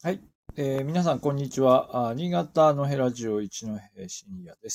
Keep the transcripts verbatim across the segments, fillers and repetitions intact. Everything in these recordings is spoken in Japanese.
はい、えー皆さん、こんにちは。あ新潟のヘラジオ一の平シニアです。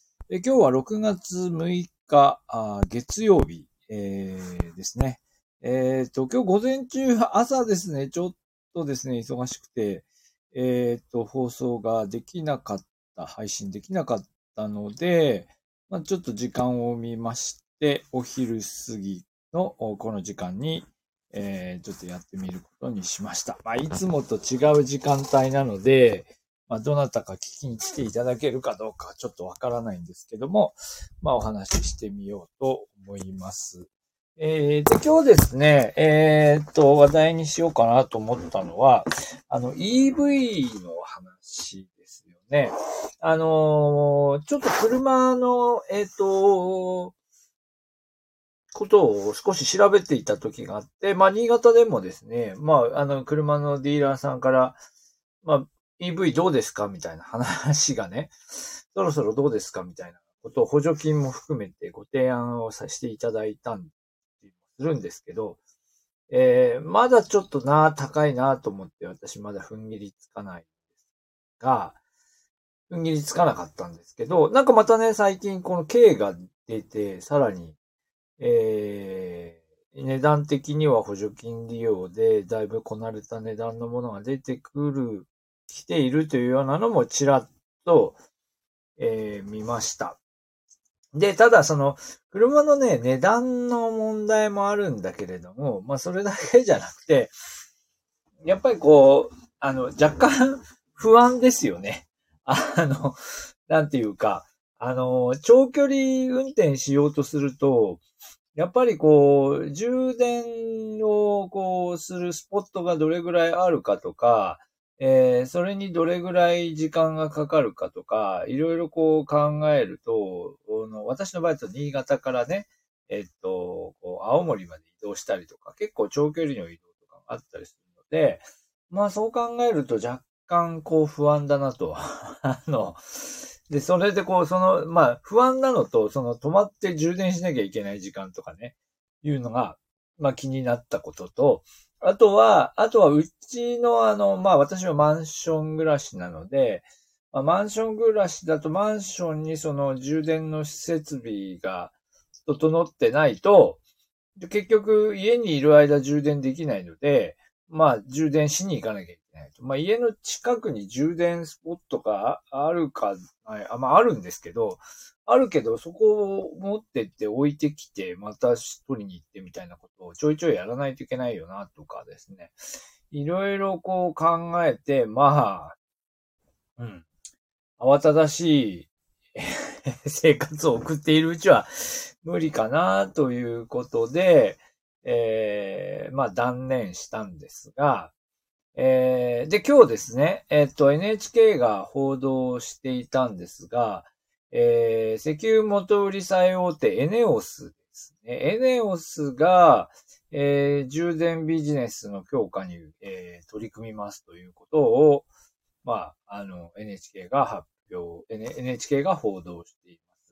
えー今日はろくがつむいか、あ月曜日、えーですね。えっと、今日午前中、朝ですね、ちょっとですね、忙しくて、えっと、放送ができなかった、配信できなかったので、まあ、ちょっと時間を見まして、お昼過ぎのおこの時間に、えー、ちょっとやってみることにしました。まあ、いつもと違う時間帯なので、まあ、どなたか聞きに来ていただけるかどうかちょっとわからないんですけども、まあ、お話ししてみようと思います。えー、で、今日ですね、えーっと、話題にしようかなと思ったのは、あの、イーブイ の話ですよね。あのーちょっと車の、えーっと、ことを少し調べていた時があって、まあ、新潟でもですね、まあ、あの、車のディーラーさんから、まあ、イーブイ どうですかみたいな話がね、そろそろどうですかみたいなことを補助金も含めてご提案をさせていただいたんするんですけど、えー、まだちょっとな、高いなと思って私まだ踏ん切りつかないんですが、踏ん切りつかなかったんですけど、なんかまたね、最近この K が出て、さらにえー、値段的には補助金利用で、だいぶこなれた値段のものが出てくる、来ているというようなのもちらっと、えー見ました。で、ただその、車のね、値段の問題もあるんだけれども、まあそれだけじゃなくて、やっぱりこう、あの、若干不安ですよね。あの、なんていうか、あの、長距離運転しようとすると、やっぱりこう、充電をこうするスポットがどれぐらいあるかとか、えーそれにどれぐらい時間がかかるかとか、いろいろこう考えると、あの私の場合だと新潟からね、えっと、こう青森まで移動したりとか、結構長距離の移動とかがあったりするので、まあそう考えると若干こう不安だなと。あの、で、それでこう、その、まあ、不安なのと、その止まって充電しなきゃいけない時間とかね、いうのが、まあ気になったことと、あとは、あとはうちのあの、まあ私はマンション暮らしなので、まあ、マンション暮らしだとマンションにその充電の設備が整ってないと、結局家にいる間充電できないので、まあ充電しに行かなきゃいけないと。まあ家の近くに充電スポットがあるか、あまああるんですけど、あるけどそこを持ってって置いてきて、また取りに行ってみたいなことをちょいちょいやらないといけないよなとかですね。いろいろこう考えて、まあ、うん。慌ただしい生活を送っているうちは無理かなということで、えー、まあ断念したんですが、えー、で、今日ですね、えっと、エヌエイチケー が報道していたんですが、えー、石油元売り最大手エネオスですね。エネオスが、えー、充電ビジネスの強化に、えー、取り組みますということを、まあ、あの、エヌエイチケー が発表、エヌエイチケー が報道しています。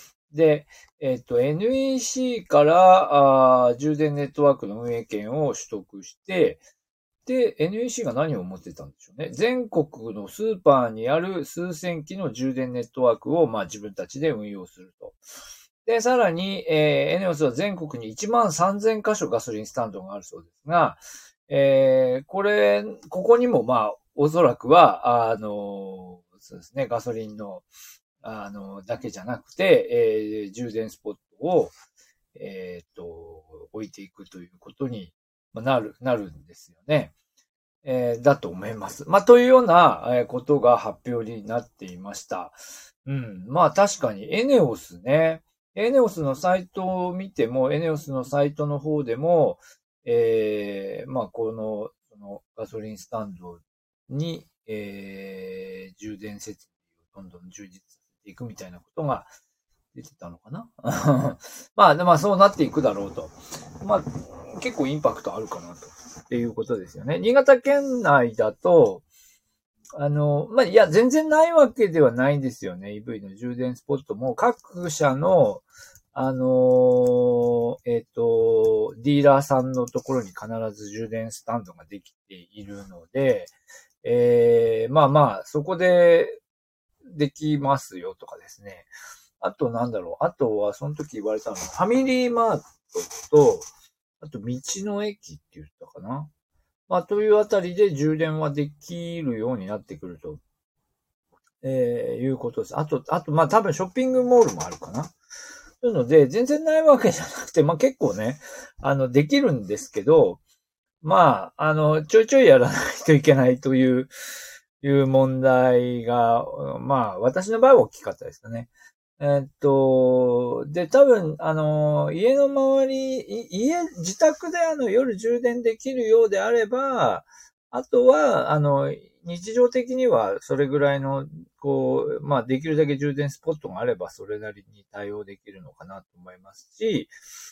で、えっと、エヌイーシー からあ充電ネットワークの運営権を取得して、で、エヌイーシー が何を持ってたんでしょうね。全国のスーパーにある数千機の充電ネットワークを、まあ、自分たちで運用すると。で、さらに、えー、エネオスは全国にいちまんさんぜん箇所ガソリンスタンドがあるそうですが、えー、これ、ここにも、まあ、おそらくは、あの、そうですね、ガソリンの、あの、だけじゃなくて、えー、充電スポットを、えっと、置いていくということになる、なるんですよね。えー、だと思います。まあ、というようなことが発表になっていました。うん。まあ、確かにエネオスね。エネオスのサイトを見ても、エネオスのサイトの方でも、えー、まあ、この、そのガソリンスタンドに、えー、充電設備をどんどん充実させていくみたいなことが出てたのかなまあ、まあ、そうなっていくだろうと。まあ、結構インパクトあるかなと。っていうことですよね。新潟県内だと、あの、まあ、いや、全然ないわけではないんですよね。イーブイ の充電スポットも各社の、あの、えっと、ディーラーさんのところに必ず充電スタンドができているので、 えー、まあまあ、そこでできますよとかですね。あとなんだろう。あとは、その時言われたのは、ファミリーマートと、あと道の駅って言ったかな。まあ、というあたりで充電はできるようになってくると、えー、いうことです。あと、あと、まあ多分ショッピングモールもあるかな。そういうので、全然ないわけじゃなくて、まあ結構ね、あの、できるんですけど、まあ、あの、ちょいちょいやらないといけないという、いう問題が、まあ、私の場合は大きかったですかね。えーっと、で、多分、あの、家の周り、い家、自宅であの、夜充電できるようであれば、あとは、あの、日常的にはそれぐらいの、こう、まあ、できるだけ充電スポットがあれば、それなりに対応できるのかなと思いますし、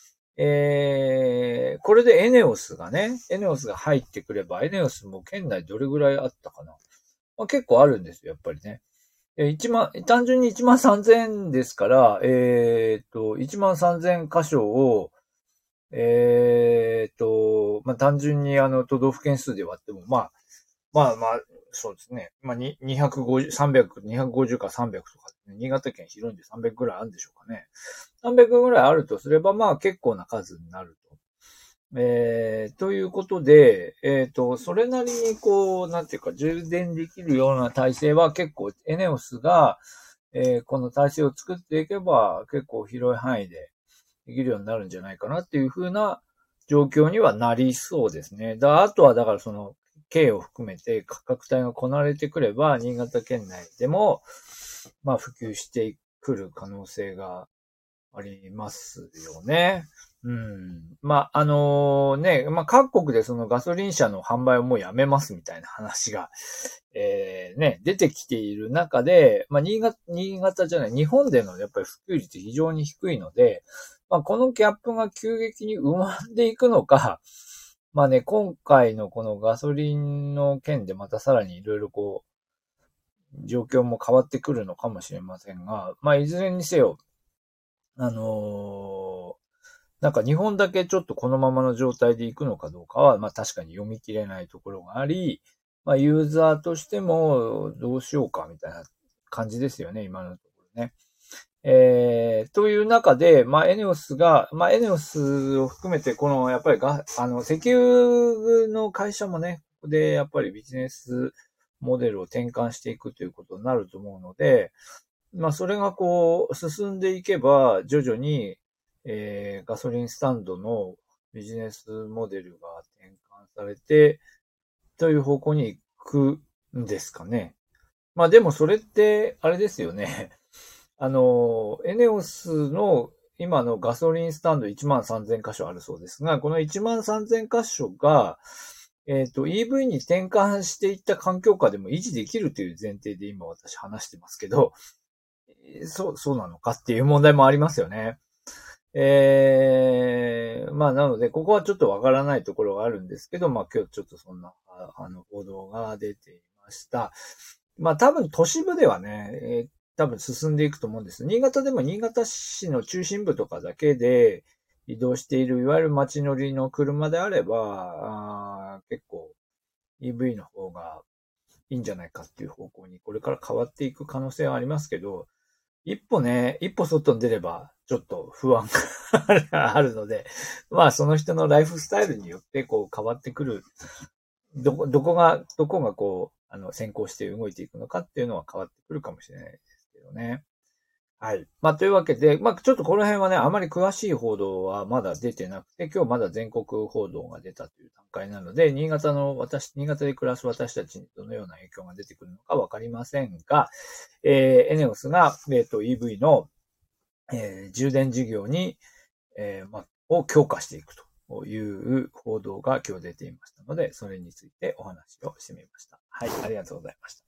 えー、これでエネオスがね、エネオスが入ってくれば、エネオスも県内どれぐらいあったかな。まあ、結構あるんですよ、やっぱりね。え、一万、単純にいちまんさんぜんですから、えっと、いちまんさんぜん箇所を、えっと、まあ、単純にあの、都道府県数で割っても、まあ、まあまあ、そうですね。まあ、ににひゃくごじゅう、さんびゃく、にひゃくごじゅうかさんびゃくとか、ね、新潟県広いんでさんびゃくぐらいあるんでしょうかね。さんびゃくぐらいあるとすれば、まあ結構な数になると。えー、ということで、えっと、それなりにこう、なんていうか、充電できるような体制は結構、エネオスが、えーこの体制を作っていけば、結構広い範囲でできるようになるんじゃないかなっていう風な状況にはなりそうですね。だあとは、だからその、軽を含めて価格帯がこなれてくれば、新潟県内でも、まあ普及してくる可能性がありますよね。うん。まあ、あのね、まあ、各国でそのガソリン車の販売をもうやめますみたいな話が、えー、ね、出てきている中で、まあ、新潟、新潟じゃない、日本でのやっぱり普及率非常に低いので、まあ、このギャップが急激に生まれていくのか、まあね、今回のこのガソリンの件でまたさらにいろいろこう、状況も変わってくるのかもしれませんが、まあ、いずれにせよ、あのーなんか日本だけちょっとこのままの状態で行くのかどうかは、まあ確かに読み切れないところがあり、まあユーザーとしてもどうしようかみたいな感じですよね、今のところね。えー、という中で、まあエネオスが、まあエネオスを含めてこのやっぱりが、あの石油の会社もね、ここでやっぱりビジネスモデルを転換していくということになると思うので、まあそれがこう進んでいけば徐々にえー、ガソリンスタンドのビジネスモデルが転換されて、という方向に行くんですかね。まあでもそれって、あれですよね。あの、エネオスの今のガソリンスタンドいちまんさんぜん箇所あるそうですが、このいちまんさんぜん箇所が、えっと、イーブイ に転換していった環境下でも維持できるという前提で今私話してますけど、そう、そうなのかっていう問題もありますよね。ええまあ、なので、ここはちょっとわからないところがあるんですけど、まあ、今日ちょっとそんな、ああの、報道が出ていました。まあ、多分都市部ではね、えー多分進んでいくと思うんです。新潟でも新潟市の中心部とかだけで移動している、いわゆる街乗りの車であれば、あ結構 イーブイ の方がいいんじゃないかっていう方向にこれから変わっていく可能性はありますけど、一歩ね、一歩外に出れば、ちょっと不安があるので、まあその人のライフスタイルによってこう変わってくる、どこ、どこが、どこがこう、あの、先行して動いていくのかっていうのは変わってくるかもしれないですけどね。はい。まあというわけで、まあちょっとこの辺はね、あまり詳しい報道はまだ出てなくて、今日まだ全国報道が出たという段階なので、新潟の私、新潟で暮らす私たちにどのような影響が出てくるのかわかりませんが、えー、エネオスが、えっと、イーブイ の、えー、充電事業に、えー、ま、を強化していくという報道が今日出ていましたので、それについてお話をしてみました。はい、ありがとうございました。